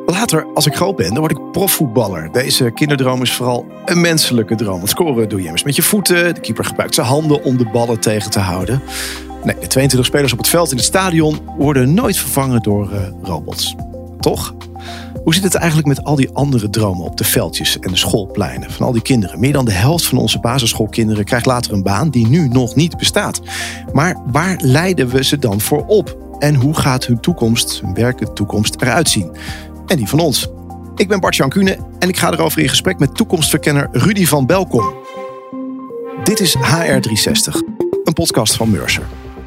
Later, als ik groot ben, dan word ik profvoetballer. Deze kinderdroom is vooral een menselijke droom. Want scoren doe je immers met je voeten. De keeper gebruikt zijn handen om de ballen tegen te houden. Nee, de 22 spelers op het veld in het stadion worden nooit vervangen door robots. Toch? Hoe zit het eigenlijk met al die andere dromen op de veldjes en de schoolpleinen van al die kinderen? Meer dan de helft van onze basisschoolkinderen krijgt later een baan die nu nog niet bestaat. Maar waar leiden we ze dan voor op? En hoe gaat hun toekomst, hun werkelijke toekomst, eruit zien? En die van ons. Ik ben Bart-Jan Kuhne en ik ga erover in gesprek met toekomstverkenner Rudy van Belkom. Dit is HR360, een podcast van Mercer.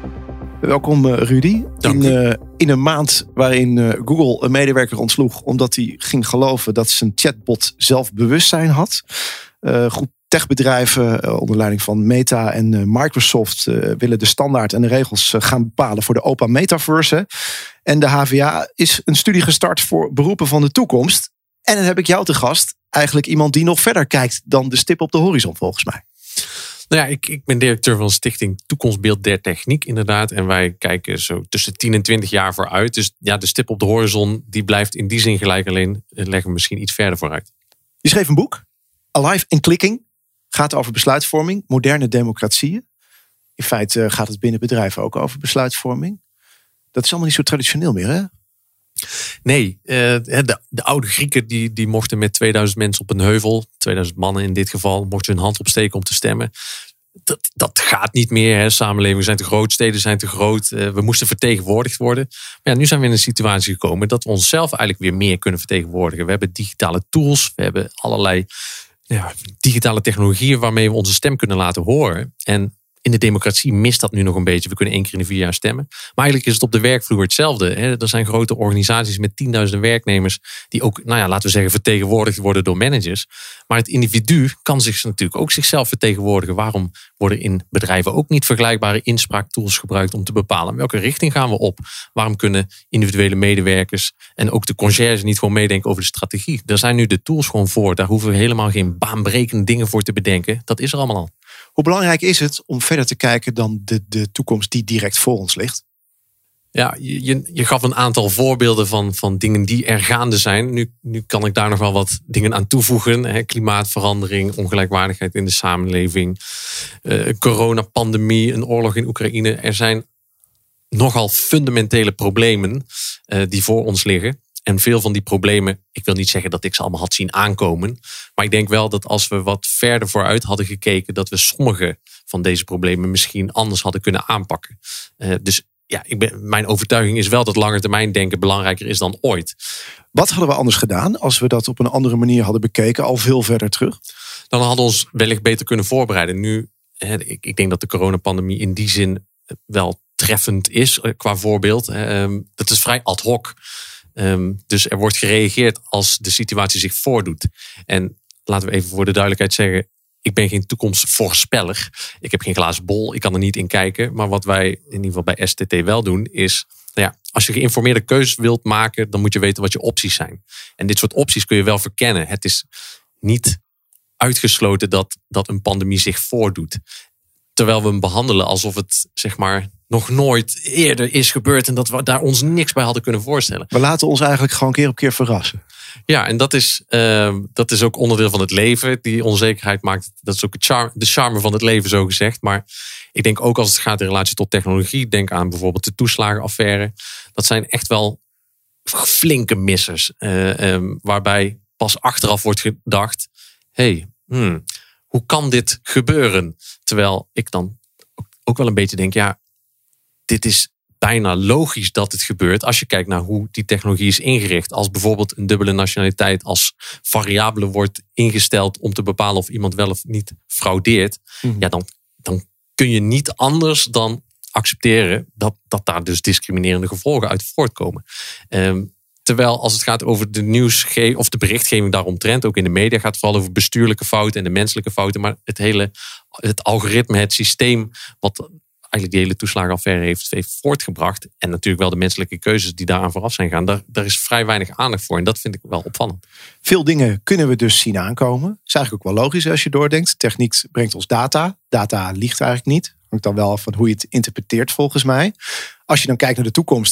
Welkom Rudy. In een maand waarin Google een medewerker ontsloeg omdat hij ging geloven dat zijn chatbot zelfbewustzijn had. Groep techbedrijven onder leiding van Meta en Microsoft willen de standaard en de regels gaan bepalen voor de open metaverse. En de HVA is een studie gestart voor beroepen van de toekomst. En dan heb ik jou te gast, eigenlijk iemand die nog verder kijkt dan de stip op de horizon volgens mij. Nou ja, ik ben directeur van de stichting Toekomstbeeld der Techniek inderdaad. En wij kijken zo tussen 10 en 20 jaar vooruit. Dus ja, de stip op de horizon die blijft in die zin gelijk. Alleen leggen we misschien iets verder vooruit. Je schreef een boek, Alive and Clicking. Gaat over besluitvorming, moderne democratieën. In feite gaat het binnen bedrijven ook over besluitvorming. Dat is allemaal niet zo traditioneel meer, hè? Nee, de oude Grieken die mochten met 2000 mensen op een heuvel, 2000 mannen in dit geval, mochten hun hand opsteken om te stemmen. Dat gaat niet meer. Hè. Samenlevingen zijn te groot, steden zijn te groot. We moesten vertegenwoordigd worden. Maar ja, nu zijn we in een situatie gekomen dat we onszelf eigenlijk weer meer kunnen vertegenwoordigen. We hebben digitale tools, we hebben allerlei digitale technologieën waarmee we onze stem kunnen laten horen. En in de democratie mist dat nu nog een beetje. We kunnen 1 keer in de 4 jaar stemmen. Maar eigenlijk is het op de werkvloer hetzelfde. Er zijn grote organisaties met 10.000 werknemers die ook, laten we zeggen, vertegenwoordigd worden door managers. Maar het individu kan zich natuurlijk ook zichzelf vertegenwoordigen. Waarom worden in bedrijven ook niet vergelijkbare inspraaktools gebruikt om te bepalen welke richting gaan we op? Waarom kunnen individuele medewerkers en ook de conciërge niet gewoon meedenken over de strategie? Daar zijn nu de tools gewoon voor. Daar hoeven we helemaal geen baanbrekende dingen voor te bedenken. Dat is er allemaal al. Hoe belangrijk is het om verder te kijken dan de toekomst die direct voor ons ligt? Ja, je gaf een aantal voorbeelden van dingen die er gaande zijn. Nu kan ik daar nog wel wat dingen aan toevoegen. Klimaatverandering, ongelijkwaardigheid in de samenleving, coronapandemie, een oorlog in Oekraïne. Er zijn nogal fundamentele problemen die voor ons liggen. En veel van die problemen, ik wil niet zeggen dat ik ze allemaal had zien aankomen. Maar ik denk wel dat als we wat verder vooruit hadden gekeken, dat we sommige van deze problemen misschien anders hadden kunnen aanpakken. Dus ja, mijn overtuiging is wel dat langetermijndenken belangrijker is dan ooit. Wat hadden we anders gedaan als we dat op een andere manier hadden bekeken, al veel verder terug? Dan hadden we ons wellicht beter kunnen voorbereiden. Nu, ik denk dat de coronapandemie in die zin wel treffend is qua voorbeeld. Dat is vrij ad hoc. Dus er wordt gereageerd als de situatie zich voordoet. En laten we even voor de duidelijkheid zeggen, ik ben geen toekomstvoorspeller. Ik heb geen glazen bol, ik kan er niet in kijken. Maar wat wij in ieder geval bij STT wel doen is, als je geïnformeerde keuzes wilt maken, dan moet je weten wat je opties zijn. En dit soort opties kun je wel verkennen. Het is niet uitgesloten dat een pandemie zich voordoet. Terwijl we hem behandelen alsof het nog nooit eerder is gebeurd en dat we daar ons niks bij hadden kunnen voorstellen. We laten ons eigenlijk gewoon keer op keer verrassen. Ja, en dat is ook onderdeel van het leven. Die onzekerheid maakt, dat is ook de charme van het leven zo gezegd. Maar ik denk ook als het gaat in relatie tot technologie, denk aan bijvoorbeeld de toeslagenaffaire. Dat zijn echt wel flinke missers. Waarbij pas achteraf wordt gedacht, hoe kan dit gebeuren? Terwijl ik dan ook wel een beetje denk, dit is bijna logisch dat het gebeurt als je kijkt naar hoe die technologie is ingericht. Als bijvoorbeeld een dubbele nationaliteit als variabele wordt ingesteld om te bepalen of iemand wel of niet fraudeert. Dan kun je niet anders dan accepteren dat daar dus discriminerende gevolgen uit voortkomen. Terwijl als het gaat over de of de berichtgeving daaromtrent, ook in de media, gaat het vooral over bestuurlijke fouten en de menselijke fouten. Maar het algoritme, het systeem wat eigenlijk die hele toeslagenaffaire heeft voortgebracht. En natuurlijk wel de menselijke keuzes die daaraan vooraf zijn gegaan. Daar is vrij weinig aandacht voor. En dat vind ik wel opvallend. Veel dingen kunnen we dus zien aankomen. Dat is eigenlijk ook wel logisch als je doordenkt. Techniek brengt ons data. Data liegt eigenlijk niet. Hangt dan wel af van hoe je het interpreteert volgens mij. Als je dan kijkt naar de toekomst,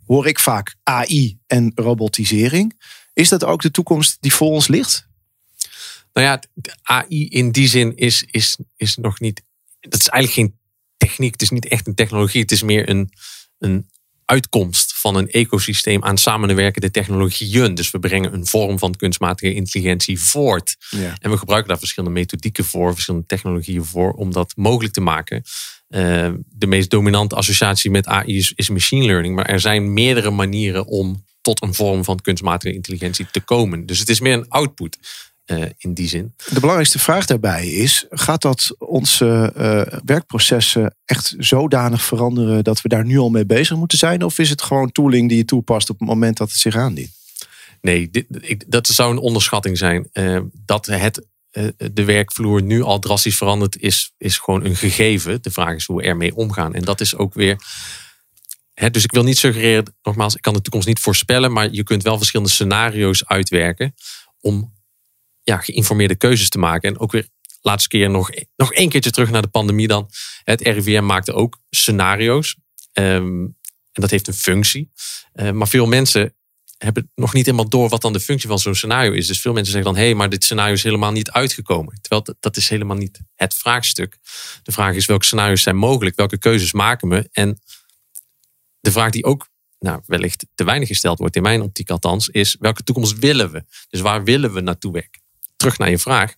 hoor ik vaak AI en robotisering. Is dat ook de toekomst die voor ons ligt? Nou ja, AI in die zin is nog niet... Dat is eigenlijk geen techniek, het is niet echt een technologie. Het is meer een uitkomst van een ecosysteem aan samenwerkende technologieën. Dus we brengen een vorm van kunstmatige intelligentie voort. Ja. En we gebruiken daar verschillende methodieken voor, verschillende technologieën voor, om dat mogelijk te maken. De meest dominante associatie met AI is machine learning. Maar er zijn meerdere manieren om tot een vorm van kunstmatige intelligentie te komen. Dus het is meer een output in die zin. De belangrijkste vraag daarbij is, gaat dat onze werkprocessen echt zodanig veranderen dat we daar nu al mee bezig moeten zijn? Of is het gewoon tooling die je toepast op het moment dat het zich aandient? Nee, dat zou een onderschatting zijn. Dat de werkvloer nu al drastisch verandert is gewoon een gegeven. De vraag is hoe we ermee omgaan. En dat is ook weer... Dus ik wil niet suggereren, nogmaals, ik kan de toekomst niet voorspellen, maar je kunt wel verschillende scenario's uitwerken om geïnformeerde keuzes te maken. En ook weer, laatste keer nog één keertje terug naar de pandemie dan. Het RIVM maakte ook scenario's. En dat heeft een functie. Maar veel mensen hebben nog niet helemaal door wat dan de functie van zo'n scenario is. Dus veel mensen zeggen dan, maar dit scenario is helemaal niet uitgekomen. Terwijl dat is helemaal niet het vraagstuk. De vraag is, welke scenario's zijn mogelijk? Welke keuzes maken we? En de vraag die ook wellicht te weinig gesteld wordt, in mijn optiek althans, is welke toekomst willen we? Dus waar willen we naartoe werken? Terug naar je vraag.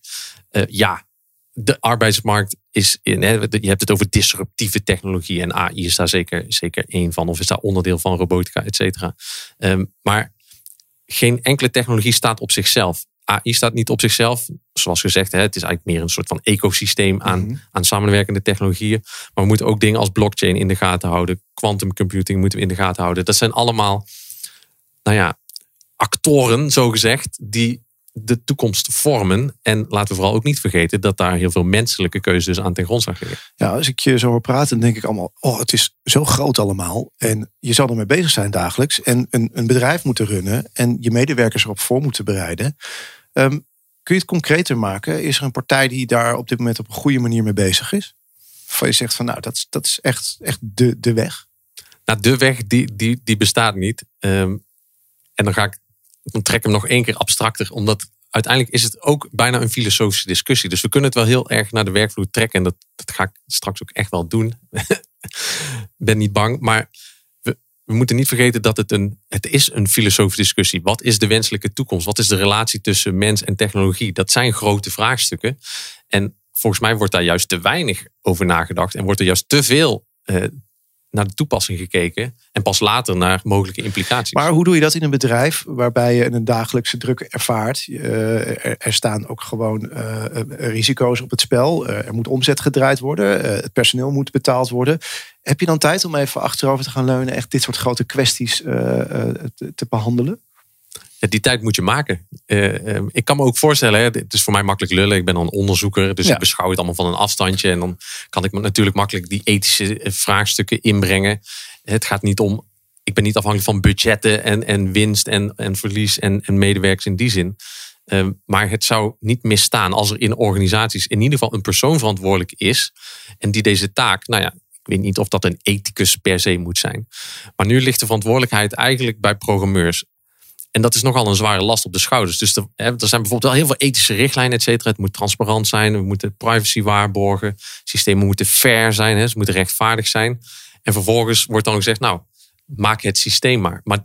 De arbeidsmarkt is je hebt het over disruptieve technologie en AI is daar zeker één van, of is daar onderdeel van, robotica, et cetera. Maar geen enkele technologie staat op zichzelf. AI staat niet op zichzelf. Zoals gezegd, het is eigenlijk meer een soort van ecosysteem aan samenwerkende technologieën. Maar we moeten ook dingen als blockchain in de gaten houden. Quantum computing moeten we in de gaten houden. Dat zijn allemaal actoren, zogezegd, die de toekomst vormen. En laten we vooral ook niet vergeten dat daar heel veel menselijke keuzes aan ten grondslag liggen. Ja, als ik je zo hoor praten, dan denk ik allemaal, het is zo groot allemaal. En je zal ermee bezig zijn dagelijks. En een bedrijf moeten runnen en je medewerkers erop voor moeten bereiden. Kun je het concreter maken? Is er een partij die daar op dit moment op een goede manier mee bezig is? Of je zegt van, dat is echt de weg? Nou, de weg die bestaat niet. En dan trek ik hem nog één keer abstracter, omdat uiteindelijk is het ook bijna een filosofische discussie. Dus we kunnen het wel heel erg naar de werkvloer trekken. En dat ga ik straks ook echt wel doen. Ben niet bang. Maar we moeten niet vergeten dat het is een filosofische discussie. Wat is de wenselijke toekomst? Wat is de relatie tussen mens en technologie? Dat zijn grote vraagstukken. En volgens mij wordt daar juist te weinig over nagedacht. En wordt er juist te veel naar de toepassing gekeken. En pas later naar mogelijke implicaties. Maar hoe doe je dat in een bedrijf waarbij je een dagelijkse druk ervaart? Er staan ook gewoon risico's op het spel. Er moet omzet gedraaid worden. Het personeel moet betaald worden. Heb je dan tijd om even achterover te gaan leunen, echt dit soort grote kwesties te behandelen? Die tijd moet je maken. Ik kan me ook voorstellen, het is voor mij makkelijk lullen. Ik ben dan onderzoeker, dus ik beschouw het allemaal van een afstandje. En dan kan ik natuurlijk makkelijk die ethische vraagstukken inbrengen. Het gaat niet om, ik ben niet afhankelijk van budgetten en winst en verlies en medewerkers in die zin. Maar het zou niet misstaan als er in organisaties in ieder geval een persoon verantwoordelijk is. En die deze taak, ik weet niet of dat een ethicus per se moet zijn. Maar nu ligt de verantwoordelijkheid eigenlijk bij programmeurs. En dat is nogal een zware last op de schouders. Dus er zijn bijvoorbeeld wel heel veel ethische richtlijnen, et cetera. Het moet transparant zijn, we moeten privacy waarborgen. Systemen moeten fair zijn, ze moeten rechtvaardig zijn. En vervolgens wordt dan gezegd, maak het systeem maar. Maar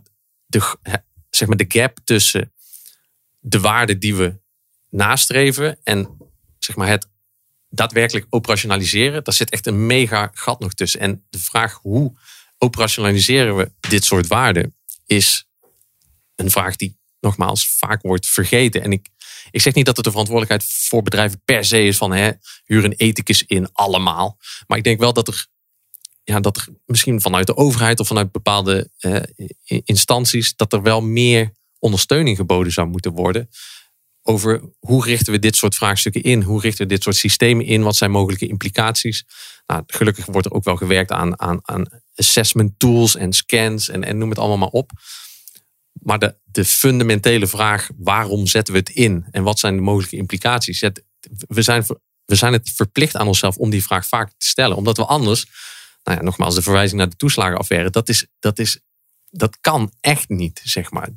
de gap tussen de waarden die we nastreven en het daadwerkelijk operationaliseren, daar zit echt een mega gat nog tussen. En de vraag, hoe operationaliseren we dit soort waarden, is een vraag die nogmaals vaak wordt vergeten. En ik zeg niet dat het de verantwoordelijkheid voor bedrijven per se is van huur een ethicus in allemaal. Maar ik denk wel dat er misschien vanuit de overheid of vanuit bepaalde instanties, dat er wel meer ondersteuning geboden zou moeten worden over hoe richten we dit soort vraagstukken in? Hoe richten we dit soort systemen in? Wat zijn mogelijke implicaties? Gelukkig wordt er ook wel gewerkt aan assessment tools en scans en noem het allemaal maar op. Maar de fundamentele vraag, waarom zetten we het in? En wat zijn de mogelijke implicaties? We zijn het verplicht aan onszelf om die vraag vaak te stellen. Omdat we anders, nogmaals de verwijzing naar de toeslagenaffaire, dat kan echt niet, zeg maar.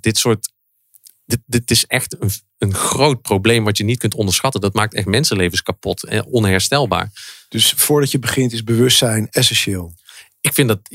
Dit is echt een groot probleem wat je niet kunt onderschatten. Dat maakt echt mensenlevens kapot en onherstelbaar. Dus voordat je begint is bewustzijn essentieel. Ik vind dat,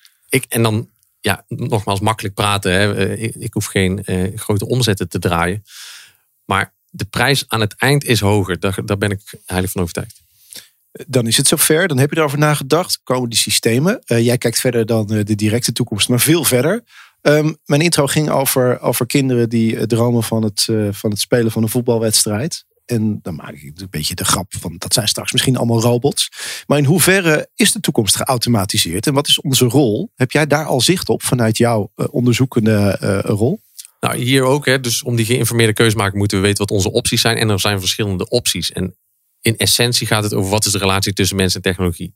nogmaals makkelijk praten. Hè. Ik hoef geen grote omzetten te draaien. Maar de prijs aan het eind is hoger. Daar ben ik heilig van overtuigd. Dan is het zover. Dan heb je erover nagedacht. Komen die systemen. Jij kijkt verder dan de directe toekomst, maar veel verder. Mijn intro ging over kinderen die dromen van het spelen van een voetbalwedstrijd. En dan maak ik een beetje de grap van dat zijn straks misschien allemaal robots. Maar in hoeverre is de toekomst geautomatiseerd? En wat is onze rol? Heb jij daar al zicht op vanuit jouw onderzoekende rol? Nou, hier ook. Hè. Dus om die geïnformeerde keuze te maken moeten we weten wat onze opties zijn. En er zijn verschillende opties. En in essentie gaat het over wat is de relatie tussen mens en technologie.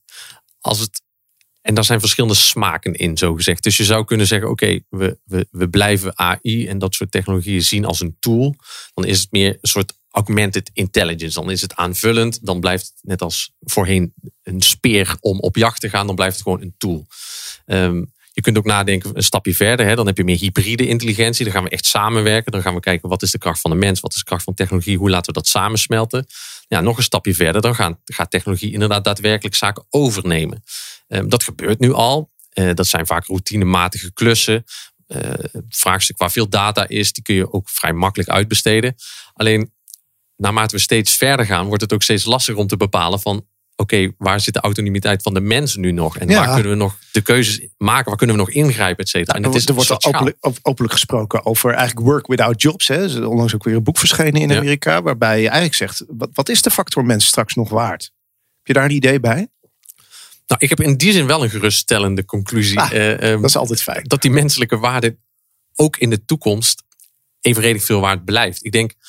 En daar zijn verschillende smaken in, zo gezegd. Dus je zou kunnen zeggen, oké, we blijven AI en dat soort technologieën zien als een tool. Dan is het meer een soort augmented intelligence. Dan is het aanvullend. Dan blijft het net als voorheen een speer om op jacht te gaan. Dan blijft het gewoon een tool. Je kunt ook nadenken een stapje verder. Hè? Dan heb je meer hybride intelligentie. Dan gaan we echt samenwerken. Dan gaan we kijken wat is de kracht van de mens. Wat is de kracht van technologie. Hoe laten we dat samensmelten. Ja, nog een stapje verder. Dan gaat technologie inderdaad daadwerkelijk zaken overnemen. Dat gebeurt nu al. Dat zijn vaak routinematige klussen. Vraagstuk waar veel data is. Die kun je ook vrij makkelijk uitbesteden. Alleen naarmate we steeds verder gaan. Wordt het ook steeds lastiger om te bepalen van oké, waar zit de autonomiteit van de mens nu nog? En waar kunnen we nog de keuzes maken? Waar kunnen we nog ingrijpen, et cetera? En er wordt openlijk gesproken over eigenlijk work without jobs. Hè. Er is onlangs ook weer een boek verschenen in Amerika. Waarbij je eigenlijk zegt, wat is de factor mens straks nog waard? Heb je daar een idee bij? Nou, ik heb in die zin wel een geruststellende conclusie. Dat is altijd fijn. Dat die menselijke waarde ook in de toekomst evenredig veel waard blijft. Ik denk,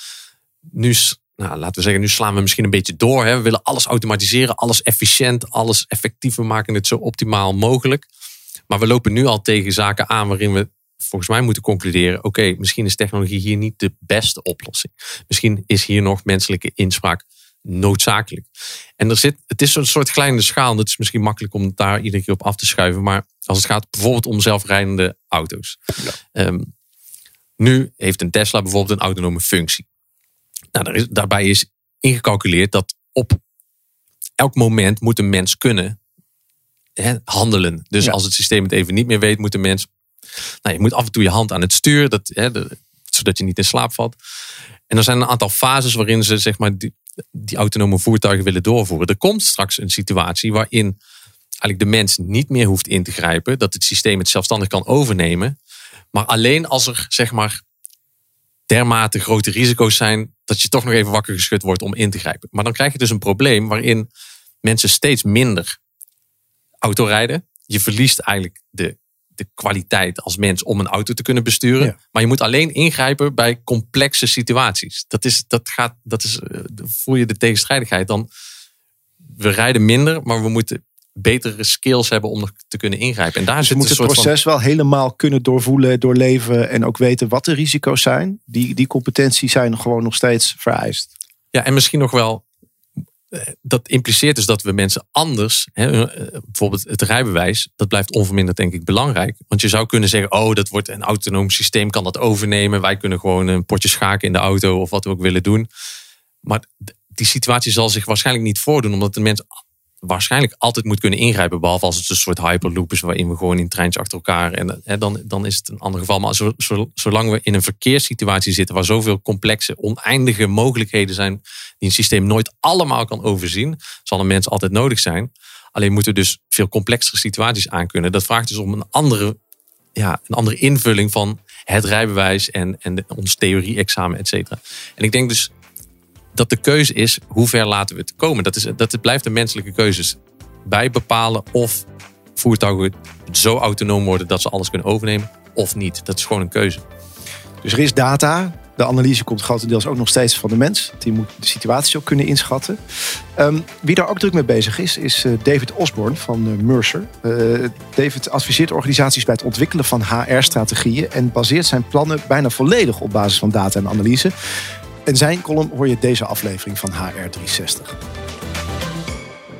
laten we zeggen, nu slaan we misschien een beetje door. Hè. We willen alles automatiseren, alles efficiënt, alles effectief. We maken het zo optimaal mogelijk. Maar we lopen nu al tegen zaken aan waarin we volgens mij moeten concluderen. Oké, misschien is technologie hier niet de beste oplossing. Misschien is hier nog menselijke inspraak noodzakelijk. En het is een soort glijdende schaal. Dat is misschien makkelijk om daar iedere keer op af te schuiven. Maar als het gaat bijvoorbeeld om zelfrijdende auto's. Ja. Nu heeft een Tesla bijvoorbeeld een autonome functie. Nou, daarbij is ingecalculeerd dat op elk moment moet een mens kunnen handelen. Dus als het systeem het even niet meer weet, moet de mens. Je moet af en toe je hand aan het stuur, zodat je niet in slaap valt. En er zijn een aantal fases waarin ze zeg maar die autonome voertuigen willen doorvoeren. Er komt straks een situatie waarin eigenlijk de mens niet meer hoeft in te grijpen, dat het systeem het zelfstandig kan overnemen, maar alleen als er zeg maar dermate grote risico's zijn dat je toch nog even wakker geschud wordt om in te grijpen. Maar dan krijg je dus een probleem waarin mensen steeds minder autorijden. Je verliest eigenlijk de kwaliteit als mens om een auto te kunnen besturen. Ja. Maar je moet alleen ingrijpen bij complexe situaties. Voel je de tegenstrijdigheid. Dan, we rijden minder, maar we moeten betere skills hebben om nog te kunnen ingrijpen. En daar dus je moet het proces wel helemaal kunnen doorvoelen, doorleven en ook weten wat de risico's zijn. Die competenties zijn gewoon nog steeds vereist. Ja, en misschien nog wel, dat impliceert dus dat we mensen anders, bijvoorbeeld het rijbewijs, dat blijft onverminderd denk ik belangrijk. Want je zou kunnen zeggen, dat wordt een autonoom systeem, kan dat overnemen. Wij kunnen gewoon een potje schaken in de auto of wat we ook willen doen. Maar die situatie zal zich waarschijnlijk niet voordoen, omdat de mens waarschijnlijk altijd moet kunnen ingrijpen, behalve als het een soort hyperloop is waarin we gewoon in treintjes achter elkaar en dan is het een ander geval. Maar zolang we in een verkeerssituatie zitten waar zoveel complexe, oneindige mogelijkheden zijn die een systeem nooit allemaal kan overzien, zal een mens altijd nodig zijn. Alleen moeten we dus veel complexere situaties aankunnen. Dat vraagt dus om een andere invulling van het rijbewijs en ons theorie-examen, et cetera. En ik denk dus dat de keuze is, hoe ver laten we het komen? Dat blijft een menselijke keuze. Bij bepalen of voertuigen zo autonoom worden dat ze alles kunnen overnemen of niet. Dat is gewoon een keuze. Dus er is data. De analyse komt grotendeels ook nog steeds van de mens. Die moet de situatie ook kunnen inschatten. Wie daar ook druk mee bezig is David Osborne van Mercer. David adviseert organisaties bij het ontwikkelen van HR-strategieën en baseert zijn plannen bijna volledig op basis van data en analyse. In zijn column hoor je deze aflevering van HR360.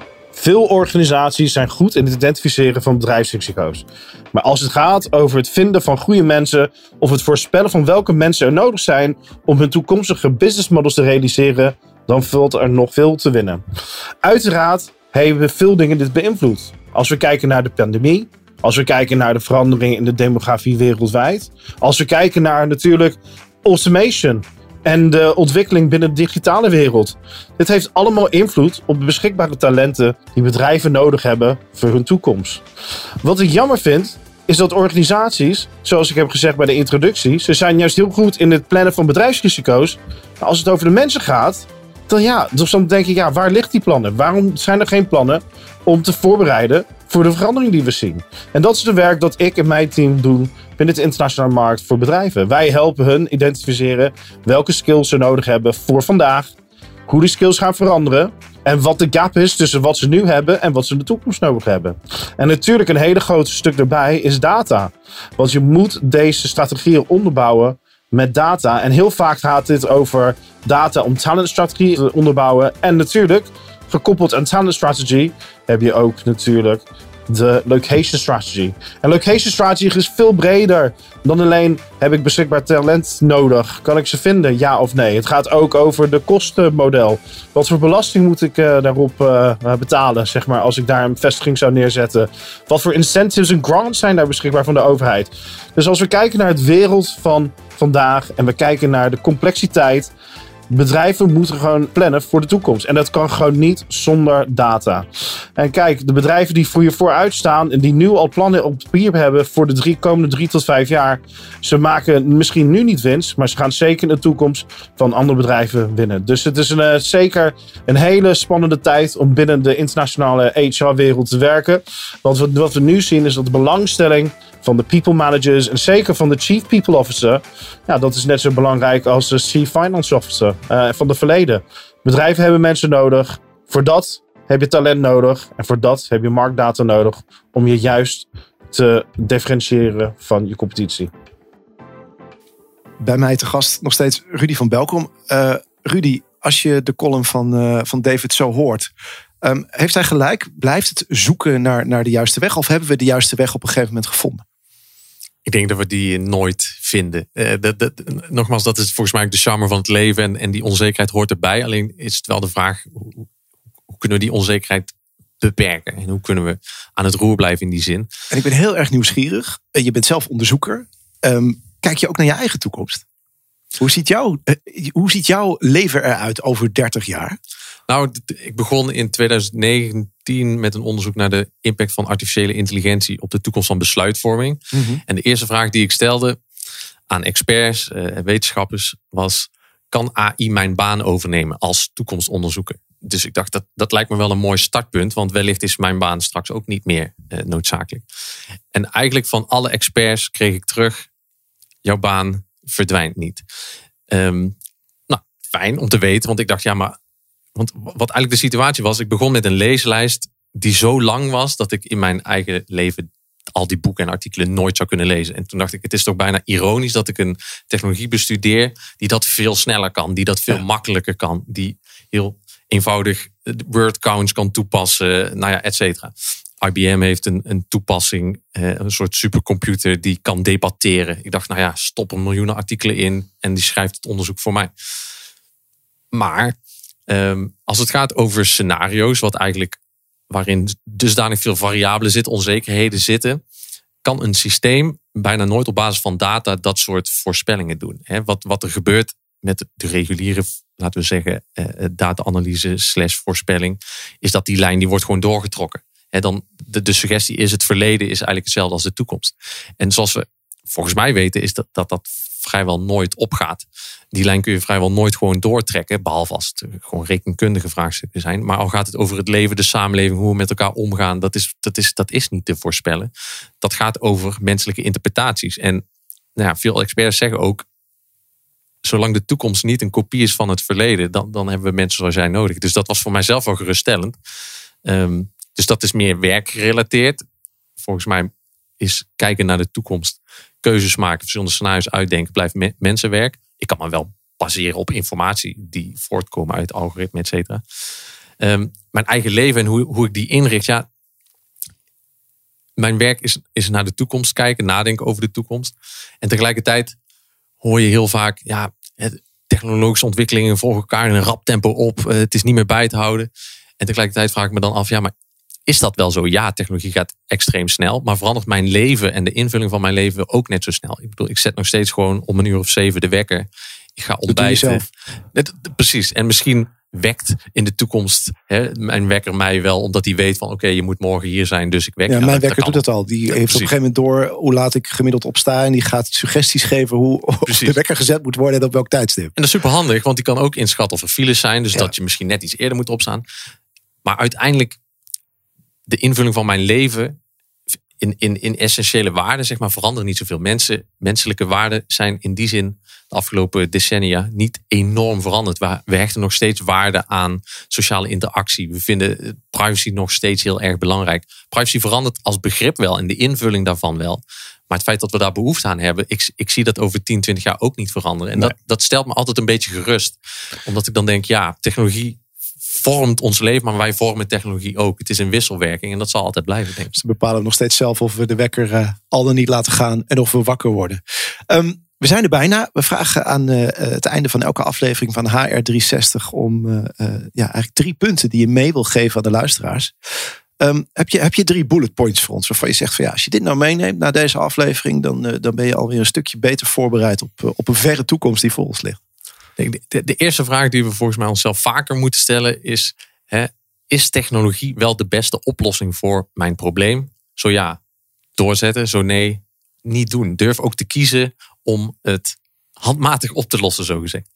Veel organisaties zijn goed in het identificeren van bedrijfsrisico's. Maar als het gaat over het vinden van goede mensen of het voorspellen van welke mensen er nodig zijn om hun toekomstige businessmodels te realiseren, dan valt er nog veel te winnen. Uiteraard hebben veel dingen dit beïnvloed. Als we kijken naar de pandemie, als we kijken naar de veranderingen in de demografie wereldwijd, als we kijken naar natuurlijk automation en de ontwikkeling binnen de digitale wereld. Dit heeft allemaal invloed op de beschikbare talenten die bedrijven nodig hebben voor hun toekomst. Wat ik jammer vind, is dat organisaties, zoals ik heb gezegd bij de introductie, ze zijn juist heel goed in het plannen van bedrijfsrisico's. Maar als het over de mensen gaat, dan denk ik, waar ligt die plannen? Waarom zijn er geen plannen om te voorbereiden voor de verandering die we zien? En dat is het werk dat ik en mijn team doen binnen de internationale markt voor bedrijven. Wij helpen hun identificeren welke skills ze nodig hebben voor vandaag, hoe die skills gaan veranderen en wat de gap is tussen wat ze nu hebben en wat ze in de toekomst nodig hebben. En natuurlijk een hele grote stuk daarbij is data. Want je moet deze strategieën onderbouwen met data. En heel vaak gaat dit over data om talentstrategieën te onderbouwen. En natuurlijk, gekoppeld aan talent strategy, heb je ook natuurlijk de location strategy. En location strategy is veel breder dan alleen heb ik beschikbaar talent nodig. Kan ik ze vinden, ja of nee? Het gaat ook over de kostenmodel. Wat voor belasting moet ik daarop betalen, zeg maar, als ik daar een vestiging zou neerzetten? Wat voor incentives en grants zijn daar beschikbaar van de overheid? Dus als we kijken naar het wereld van vandaag en we kijken naar de complexiteit, bedrijven moeten gewoon plannen voor de toekomst. En dat kan gewoon niet zonder data. En kijk, de bedrijven die voor je vooruit staan en die nu al plannen op papier hebben voor de komende 3 tot 5 jaar. Ze maken misschien nu niet winst, maar ze gaan zeker in de toekomst van andere bedrijven winnen. Dus het is zeker een hele spannende tijd om binnen de internationale HR-wereld te werken. Want wat we nu zien is dat de belangstelling van de people managers en zeker van de chief people officer, dat is net zo belangrijk als de chief finance officer van het verleden. Bedrijven hebben mensen nodig. Voor dat heb je talent nodig. En voor dat heb je marktdata nodig om je juist te differentiëren van je competitie. Bij mij te gast nog steeds Rudy van Belkom. Rudy, als je de column van David zo hoort, heeft hij gelijk? Blijft het zoeken naar de juiste weg? Of hebben we de juiste weg op een gegeven moment gevonden? Ik denk dat we die nooit vinden. Nogmaals, dat is volgens mij ook de charme van het leven. En die onzekerheid hoort erbij. Alleen is het wel de vraag, hoe kunnen we die onzekerheid beperken? En hoe kunnen we aan het roer blijven in die zin? En ik ben heel erg nieuwsgierig. Je bent zelf onderzoeker. Kijk je ook naar je eigen toekomst? Hoe ziet jouw leven eruit over 30 jaar? Nou, ik begon in 2019 met een onderzoek naar de impact van artificiële intelligentie op de toekomst van besluitvorming. Mm-hmm. En de eerste vraag die ik stelde aan experts, wetenschappers, was: kan AI mijn baan overnemen als toekomstonderzoeker? Dus ik dacht, dat lijkt me wel een mooi startpunt, want wellicht is mijn baan straks ook niet meer noodzakelijk. En eigenlijk van alle experts kreeg ik terug: jouw baan verdwijnt niet. Fijn om te weten, want ik dacht, want wat eigenlijk de situatie was, ik begon met een leeslijst die zo lang was dat ik in mijn eigen leven al die boeken en artikelen nooit zou kunnen lezen. En toen dacht ik, het is toch bijna ironisch dat ik een technologie bestudeer die dat veel sneller kan, die dat veel makkelijker kan, die heel eenvoudig word counts kan toepassen, et cetera. IBM heeft een toepassing, een soort supercomputer die kan debatteren. Ik dacht, stop er miljoenen artikelen in en die schrijft het onderzoek voor mij. Maar als het gaat over scenario's, waarin dusdanig veel variabelen zitten, onzekerheden zitten, kan een systeem bijna nooit op basis van data dat soort voorspellingen doen. Wat er gebeurt met de reguliere, laten we zeggen, data-analyse / voorspelling, is dat die lijn die wordt gewoon doorgetrokken. Dan de suggestie is, het verleden is eigenlijk hetzelfde als de toekomst. En zoals we volgens mij weten, is dat vrijwel nooit opgaat. Die lijn kun je vrijwel nooit gewoon doortrekken, behalve als het gewoon rekenkundige vraagstukken zijn. Maar al gaat het over het leven, de samenleving, hoe we met elkaar omgaan, dat is niet te voorspellen. Dat gaat over menselijke interpretaties. En veel experts zeggen ook, zolang de toekomst niet een kopie is van het verleden, dan hebben we mensen zoals jij nodig. Dus dat was voor mijzelf wel geruststellend. Dus dat is meer werkgerelateerd. Volgens mij is kijken naar de toekomst, keuzes maken, verschillende scenario's uitdenken, blijft mensenwerk. Ik kan me wel baseren op informatie die voortkomen uit algoritmen, et cetera. Mijn eigen leven en hoe ik die inricht. Ja, mijn werk is naar de toekomst kijken, nadenken over de toekomst. En tegelijkertijd hoor je heel vaak, technologische ontwikkelingen volgen elkaar in een rap tempo op. Het is niet meer bij te houden. En tegelijkertijd vraag ik me dan af, maar is dat wel zo? Ja, technologie gaat extreem snel. Maar verandert mijn leven en de invulling van mijn leven ook net zo snel? Ik bedoel, ik zet nog steeds gewoon om 7:00 de wekker. Ik ga ontbijten. Precies. En misschien wekt in de toekomst mijn wekker mij wel, omdat hij weet van oké, je moet morgen hier zijn, dus ik wek. Ja, mijn wekker doet dat al. Die heeft op een gegeven moment door hoe laat ik gemiddeld opsta en die gaat suggesties geven hoe de wekker gezet moet worden en op welk tijdstip. En dat is super handig, want die kan ook inschatten of er files zijn, dus dat je misschien net iets eerder moet opstaan. Maar uiteindelijk de invulling van mijn leven in essentiële waarden, zeg maar, veranderen niet zoveel. Menselijke waarden zijn in die zin de afgelopen decennia niet enorm veranderd. We hechten nog steeds waarde aan sociale interactie. We vinden privacy nog steeds heel erg belangrijk. Privacy verandert als begrip wel en de invulling daarvan wel. Maar het feit dat we daar behoefte aan hebben, ik zie dat over 10, 20 jaar ook niet veranderen. En dat stelt me altijd een beetje gerust. Omdat ik dan denk, technologie vormt ons leven, maar wij vormen technologie ook. Het is een wisselwerking en dat zal altijd blijven, denk ik. Dus we bepalen nog steeds zelf of we de wekker al dan niet laten gaan en of we wakker worden. We zijn er bijna. We vragen aan het einde van elke aflevering van HR360 om eigenlijk 3 punten die je mee wil geven aan de luisteraars. Heb je 3 bullet points voor ons waarvan je zegt van als je dit nou meeneemt na deze aflevering, dan ben je alweer een stukje beter voorbereid op een verre toekomst die voor ons ligt. De eerste vraag die we volgens mij onszelf vaker moeten stellen is, is technologie wel de beste oplossing voor mijn probleem? Zo ja, doorzetten. Zo nee, niet doen. Durf ook te kiezen om het handmatig op te lossen, zo gezegd.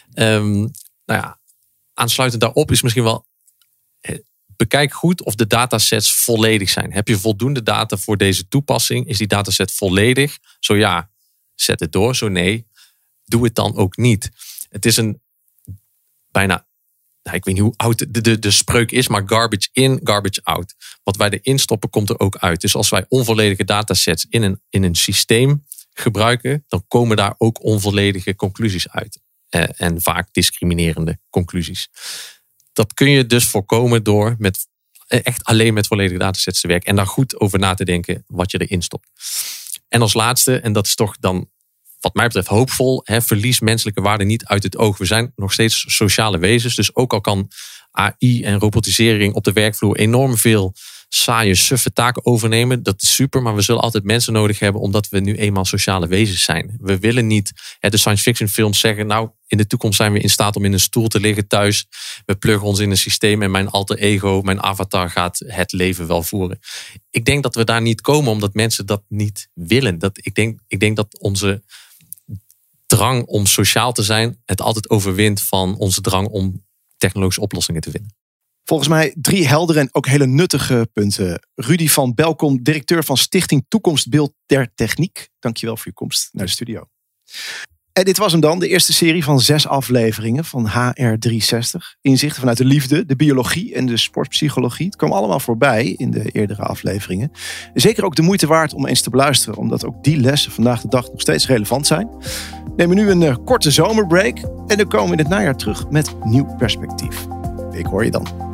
Aansluitend daarop is misschien wel, bekijk goed of de datasets volledig zijn. Heb je voldoende data voor deze toepassing? Is die dataset volledig? Zo ja, zet het door. Zo nee, doe het dan ook niet. Het is een bijna, ik weet niet hoe oud de spreuk is, maar garbage in, garbage out. Wat wij erin stoppen, komt er ook uit. Dus als wij onvolledige datasets in een systeem gebruiken, dan komen daar ook onvolledige conclusies uit. En vaak discriminerende conclusies. Dat kun je dus voorkomen door echt alleen met volledige datasets te werken en daar goed over na te denken wat je erin stopt. En als laatste, en dat is toch dan wat mij betreft hoopvol, verlies menselijke waarden niet uit het oog. We zijn nog steeds sociale wezens. Dus ook al kan AI en robotisering op de werkvloer enorm veel saaie, suffe taken overnemen. Dat is super, maar we zullen altijd mensen nodig hebben omdat we nu eenmaal sociale wezens zijn. We willen niet de science fiction films zeggen, in de toekomst zijn we in staat om in een stoel te liggen thuis. We pluggen ons in een systeem en mijn alter ego, mijn avatar gaat het leven wel voeren. Ik denk dat we daar niet komen omdat mensen dat niet willen. Ik denk dat onze drang om sociaal te zijn het altijd overwint van onze drang om technologische oplossingen te vinden. Volgens mij 3 heldere en ook hele nuttige punten. Rudy van Belkom, directeur van Stichting Toekomstbeeld der Techniek. Dankjewel voor je komst naar de studio. En dit was hem dan, de eerste serie van 6 afleveringen van HR360. Inzichten vanuit de liefde, de biologie en de sportpsychologie. Het kwam allemaal voorbij in de eerdere afleveringen. Zeker ook de moeite waard om eens te beluisteren, omdat ook die lessen vandaag de dag nog steeds relevant zijn. Nemen nu een korte zomerbreak en dan komen we in het najaar terug met nieuw perspectief. Ik hoor je dan.